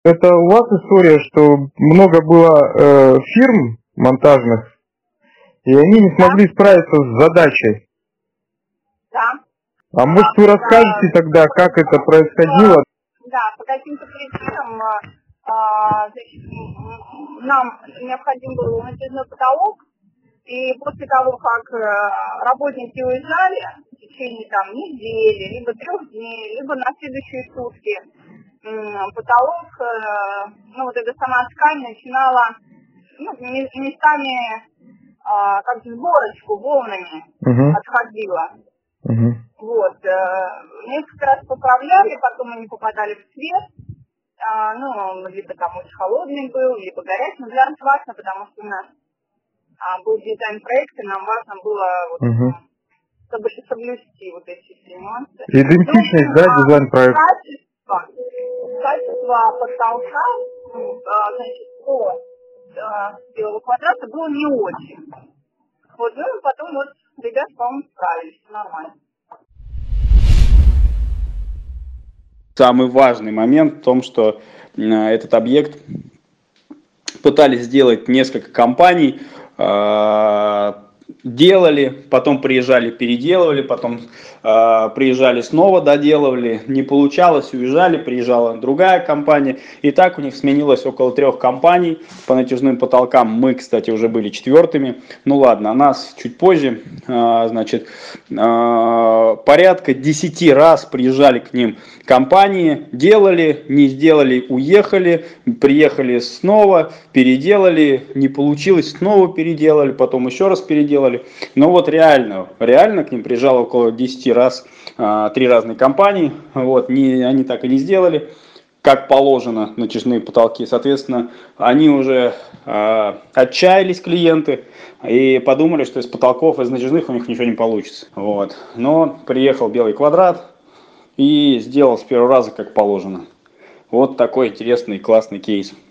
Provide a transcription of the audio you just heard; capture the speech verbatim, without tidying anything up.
Это у вас история, что много было э, фирм монтажных, и они не смогли Да, справиться с задачей. да. А А, может вы да, расскажете тогда, как это происходило? по- да, по каким-то причинам а, а, значит, м, нам необходим был натяжной потолок, и после того, как э, работники уезжали в течение там недели, либо трех дней, либо на следующие сутки, м, потолок, э, ну вот эта сама ткань начинала, ну, ме- местами а, как сборочку волнами Угу, отходила. угу, Вот, э, несколько раз поправляли, потом они попадали в цвет, а, ну, либо там очень холодный был, либо горячий, но для нас важно, потому что у нас а, был дизайн проекта, нам важно было вот, угу. м, чтобы соблюсти вот эти все нюансы. Ну, в общем, Идентичность, да, а, дизайн проекта? качество, качество потолка, ну, а, значит, по а, белого квадрата было не очень. Вот, ну, и потом вот ребята, по-моему, справились, нормально. Самый важный момент в том, что э, этот объект пытались сделать несколько компаний, э, делали, потом приезжали, переделывали, потом э, приезжали снова, доделывали, не получалось, уезжали, приезжала другая компания, и так у них сменилось около трех компаний по натяжным потолкам. Мы, кстати, уже были четвертыми. Ну ладно, а нас чуть позже, э, значит, э, порядка десяти раз приезжали к ним компании, делали, не сделали, уехали, приехали снова, переделали, не получилось, снова переделали, потом еще раз переделали. Но вот реально, реально к ним приезжало около десяти раз, а, три разные компании, вот, не, они так и не сделали, как положено, натяжные потолки. Соответственно, они уже э, отчаялись, клиенты, и подумали, что из потолков, из натяжных у них ничего не получится. Вот. Но приехал Белый Квадрат и сделал с первого раза как положено. Вот такой интересный, классный кейс.